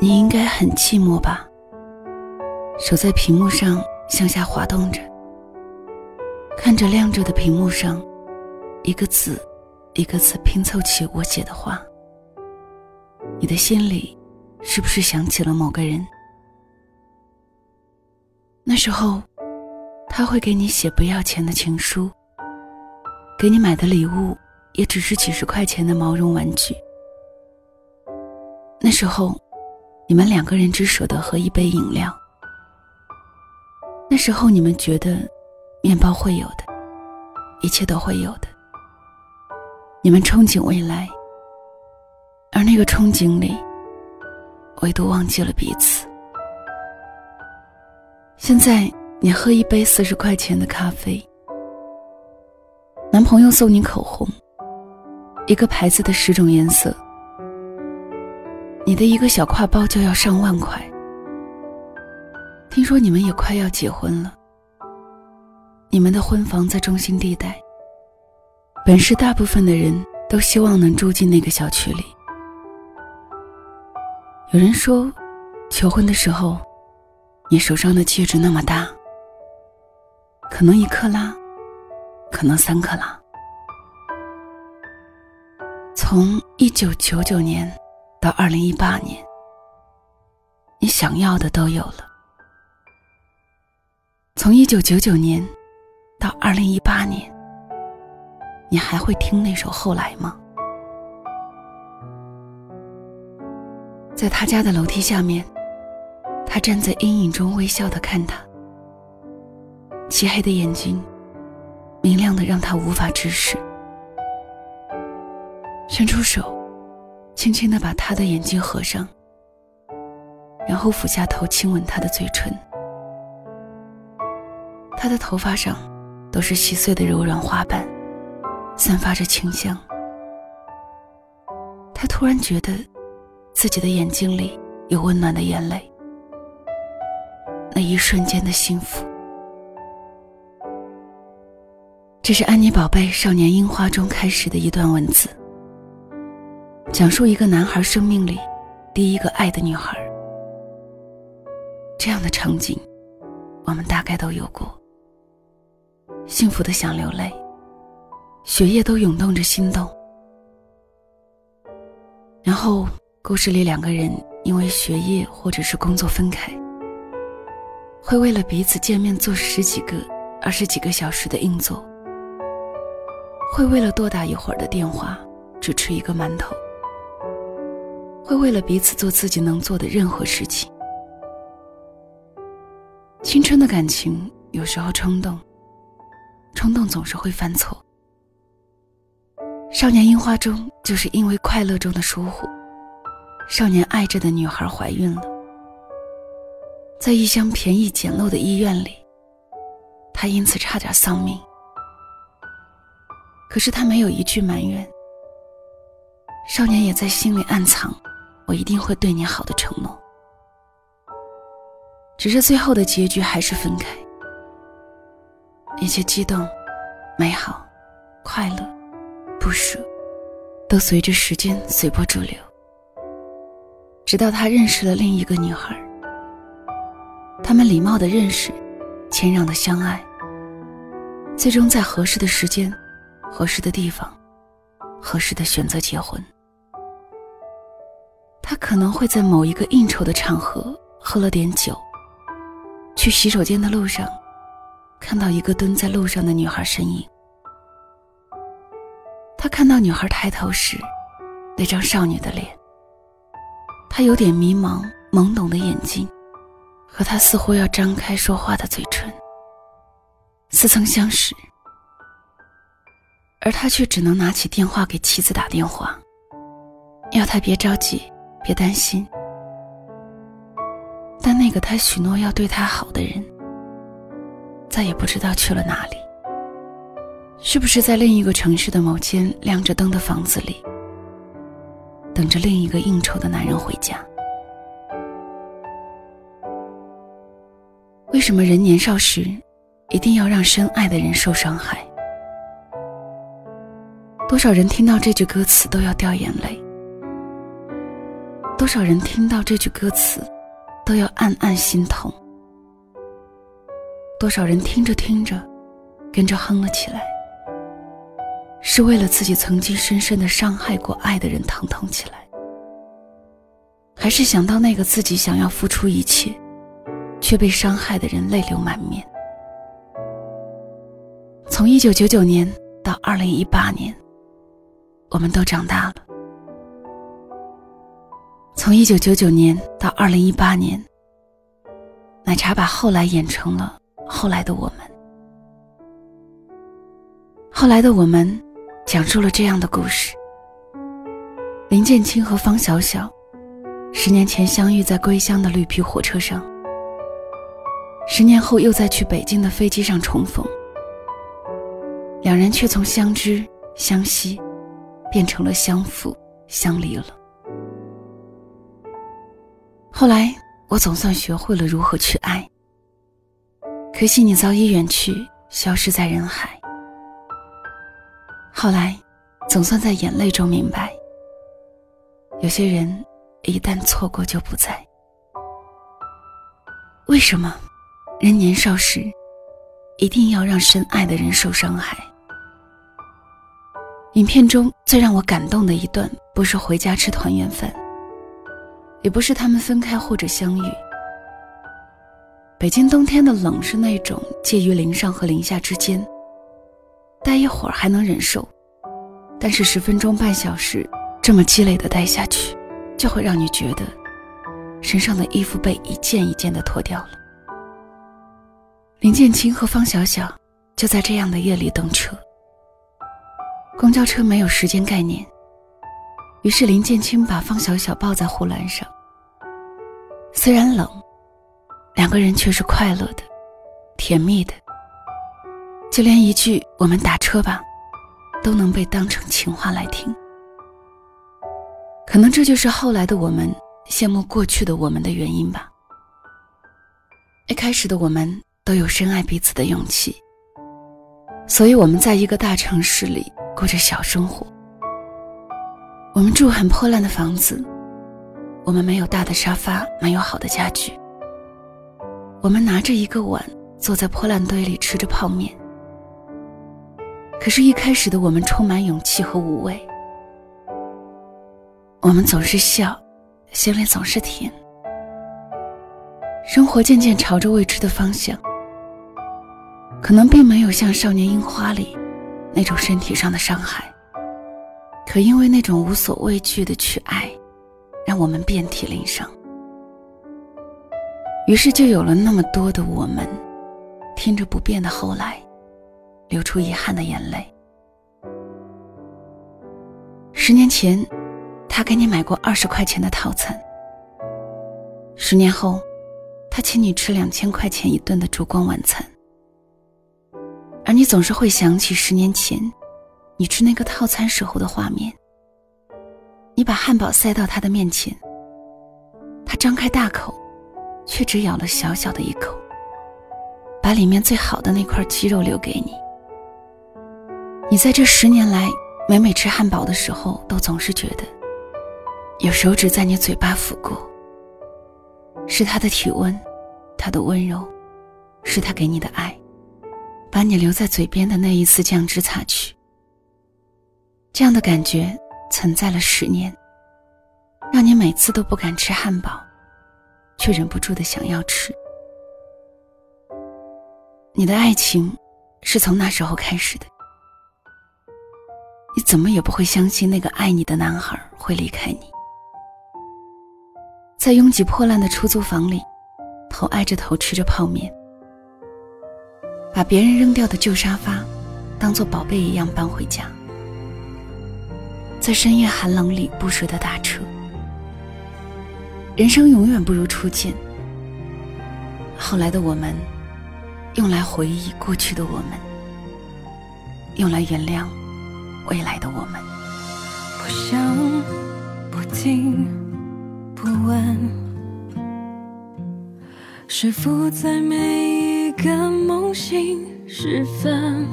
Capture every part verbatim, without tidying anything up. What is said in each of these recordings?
你应该很寂寞吧，手在屏幕上向下滑动着，看着亮着的屏幕上一个字一个字拼凑起我写的话，你的心里是不是想起了某个人？那时候他会给你写不要钱的情书，给你买的礼物也只是几十块钱的毛绒玩具。那时候你们两个人只舍得喝一杯饮料，那时候你们觉得面包会有的，一切都会有的，你们憧憬未来，而那个憧憬里唯独忘记了彼此。现在你喝一杯四十块钱的咖啡，男朋友送你口红，一个牌子的十种颜色，你的一个小挎包就要上万块。听说你们也快要结婚了，你们的婚房在中心地带，本是大部分的人都希望能住进那个小区里。有人说，求婚的时候你手上的戒指那么大，可能一克拉，可能三克拉。从一九九九年到二零一八年，你想要的都有了。从一九九九年到二零一八年，你还会听那首《后来》吗？在他家的楼梯下面，他站在阴影中微笑地看他，漆黑的眼睛明亮的让他无法直视，伸出手轻轻地把他的眼睛合上，然后俯下头亲吻他的嘴唇。他的头发上都是细碎的柔软花瓣，散发着清香。他突然觉得自己的眼睛里有温暖的眼泪，那一瞬间的幸福。这是安妮宝贝少年樱花中开始的一段文字，讲述一个男孩生命里第一个爱的女孩。这样的场景我们大概都有过，幸福的想流泪，血液都涌动着心动。然后故事里两个人因为学业或者是工作分开，会为了彼此见面做十几个二十几个小时的硬座，会为了多打一会儿的电话只吃一个馒头，会为了彼此做自己能做的任何事情。青春的感情有时候冲动，冲动总是会犯错。少年樱花中就是因为快乐中的疏忽，少年爱着的女孩怀孕了，在一厢便宜简陋的医院里，他因此差点丧命。可是他没有一句埋怨，少年也在心里暗藏我一定会对你好的承诺。只是最后的结局还是分开，一切激动、美好、快乐、不舍都随着时间随波逐流，直到他认识了另一个女孩。他们礼貌的认识，谦让的相爱，最终在合适的时间、合适的地方、合适的选择结婚。他可能会在某一个应酬的场合喝了点酒，去洗手间的路上看到一个蹲在路上的女孩身影。他看到女孩抬头时那张少女的脸，她有点迷茫懵懂的眼睛和她似乎要张开说话的嘴唇，似曾相识。而他却只能拿起电话给妻子打电话，要他别着急，别担心。但那个他许诺要对他好的人，再也不知道去了哪里，是不是在另一个城市的某间亮着灯的房子里，等着另一个应酬的男人回家。为什么人年少时一定要让深爱的人受伤害？多少人听到这句歌词都要掉眼泪， 多少人听到这句歌词都要暗暗心痛，多少人听着听着跟着哼了起来，是为了自己曾经深深地伤害过爱的人疼痛起来，还是想到那个自己想要付出一切却被伤害的人泪流满面。从一九九九年到二零一八年，我们都长大了。从一九九九年到二零一八年，奶茶把后来演成了后来的我们。后来的我们讲述了这样的故事：林建清和方小小十年前相遇在归乡的绿皮火车上，十年后又在去北京的飞机上重逢，两人却从相知相惜变成了相负相离了。后来我总算学会了如何去爱，可惜你早已远去，消失在人海。后来总算在眼泪中明白，有些人一旦错过就不在。为什么人年少时一定要让深爱的人受伤害？影片中最让我感动的一段，不是回家吃团圆饭，也不是他们分开或者相遇。北京冬天的冷是那种介于零上和零下之间，待一会儿还能忍受，但是十分钟半小时这么积累的待下去，就会让你觉得身上的衣服被一件一件的脱掉了。林建清和方小小就在这样的夜里等车，公交车没有时间概念，于是林建清把方小小抱在护栏上，虽然冷，两个人却是快乐的甜蜜的，就连一句我们打车吧都能被当成情话来听。可能这就是后来的我们羡慕过去的我们的原因吧。一开始的我们都有深爱彼此的勇气，所以我们在一个大城市里过着小生活。我们住很破烂的房子，我们没有大的沙发，没有好的家具，我们拿着一个碗坐在破烂堆里吃着泡面。可是一开始的我们充满勇气和无畏，我们总是笑，心里总是甜。生活渐渐朝着未知的方向，可能并没有像少年樱花里那种身体上的伤害，可因为那种无所畏惧的去爱，让我们遍体鳞伤。于是就有了那么多的我们听着不变的后来，流出遗憾的眼泪。十年前他给你买过二十块钱的套餐，十年后他请你吃两千块钱一顿的烛光晚餐，而你总是会想起十年前你吃那个套餐时候的画面。你把汉堡塞到他的面前，他张开大口，却只咬了小小的一口，把里面最好的那块鸡肉留给你。你在这十年来每每吃汉堡的时候，都总是觉得有手指在你嘴巴抚过，是他的体温，他的温柔，是他给你的爱，把你留在嘴边的那一丝酱汁擦去。这样的感觉存在了十年，让你每次都不敢吃汉堡，却忍不住的想要吃。你的爱情是从那时候开始的，你怎么也不会相信那个爱你的男孩会离开你。在拥挤破烂的出租房里，头挨着头吃着泡面，把别人扔掉的旧沙发当作宝贝一样搬回家，在深夜寒冷里不舍得打车。人生永远不如初见，后来的我们用来回忆过去的我们，用来原谅未来的我们。 不想不听不问，是否在每一个梦醒时分，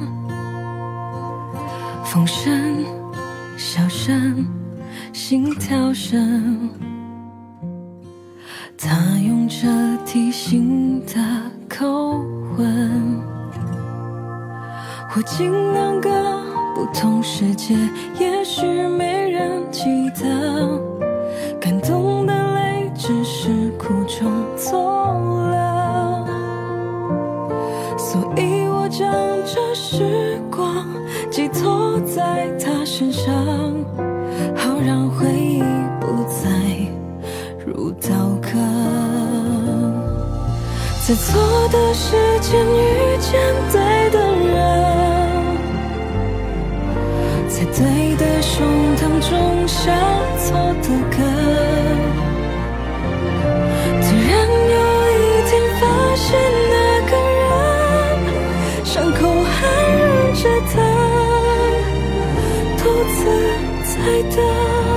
风声笑声心跳声， 他用着提醒的口吻，或进两个不同世界，也许没人记得，感动的泪只是苦中作乐，所以我将这时光寄托在他身上，好让回忆不再如刀割。在错的时间遇见对的人，在对的胸膛种下错的根，突然有一天发现那个人伤口还热着疼，独自在等。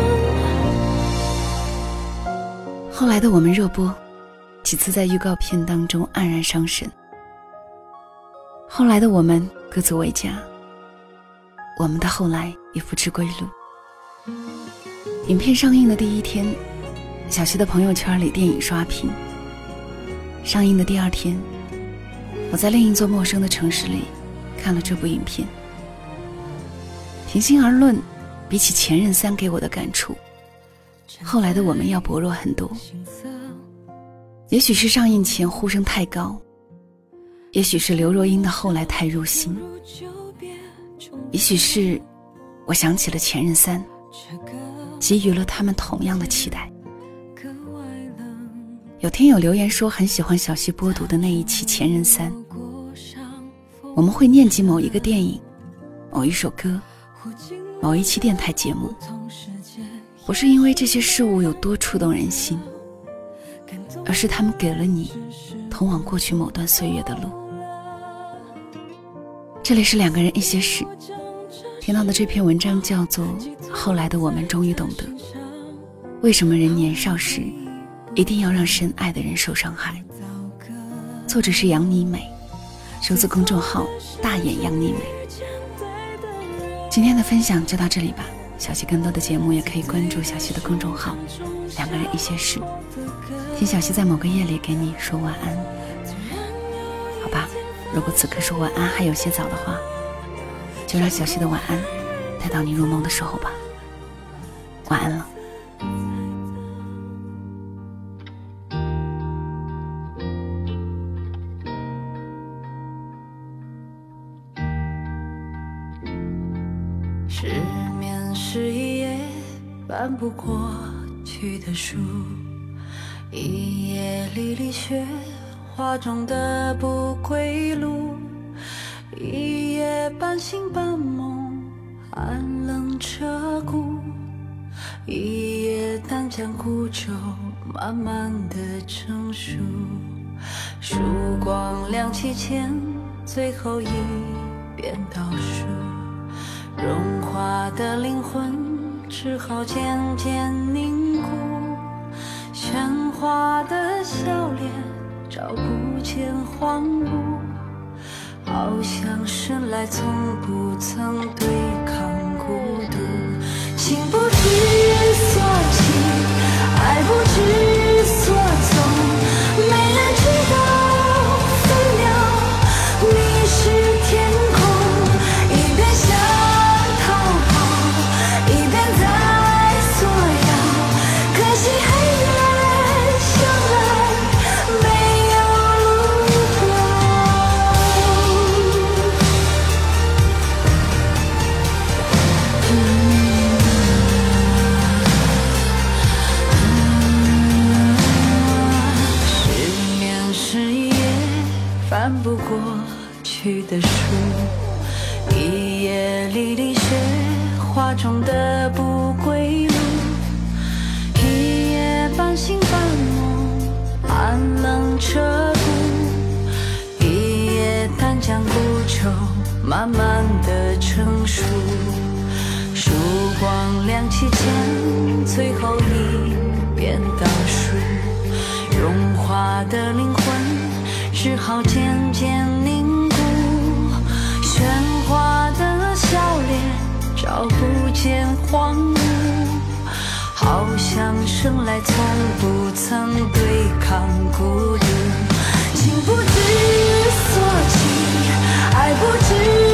后来的我们热播，几次在预告片当中黯然伤神。后来的我们各自为家，我们的后来已不知归路。影片上映的第一天，小溪的朋友圈里电影刷屏。上映的第二天，我在另一座陌生的城市里看了这部影片。平心而论，比起前任三给我的感触，后来的我们要薄弱很多。也许是上映前呼声太高，也许是刘若英的后来太入心，也许是我想起了前任三，给予了他们同样的期待。有听友留言说很喜欢小溪播读的那一期前任三，我们会念及某一个电影、某一首歌、某一期电台节目，不是因为这些事物有多触动人心，而是他们给了你通往过去某段岁月的路。这里是两个人一些事，听到的这篇文章叫做《后来的我们终于懂得，为什么人年少时一定要让深爱的人受伤害》，作者是杨妮美，收自公众号大眼杨妮美。今天的分享就到这里吧，小溪更多的节目也可以关注小溪的公众号两个人一些事，听小溪在某个夜里给你说晚安。好吧，如果此刻说晚安还有些早的话，就让小溪的晚安带到你入梦的时候吧。晚安了。 失眠是一页翻不过去的书，一夜离离雪花中的不归路，一夜半醒半梦寒冷彻骨，一夜单将孤舟慢慢的成熟，曙光亮起前最后一遍倒数，融化的灵魂只好渐渐凝固，喧哗的笑脸找不见荒芜，好像生来从不曾对抗孤独。情不知所起，爱不知所踪，没人知道飞鸟迷失天空，一边想逃跑，一边在索要，可惜黑夜向来没有路失眠是一页翻不过去的书，一夜离离雪花中的不归路，一夜半醒半梦寒冷彻骨，一夜单将孤舟慢慢的成熟，曙光亮起前最后一遍倒数，融化的灵魂只好渐渐凝固，喧哗的笑脸找不见荒芜， 好像生来从不曾对抗孤独。情不知所起，爱不知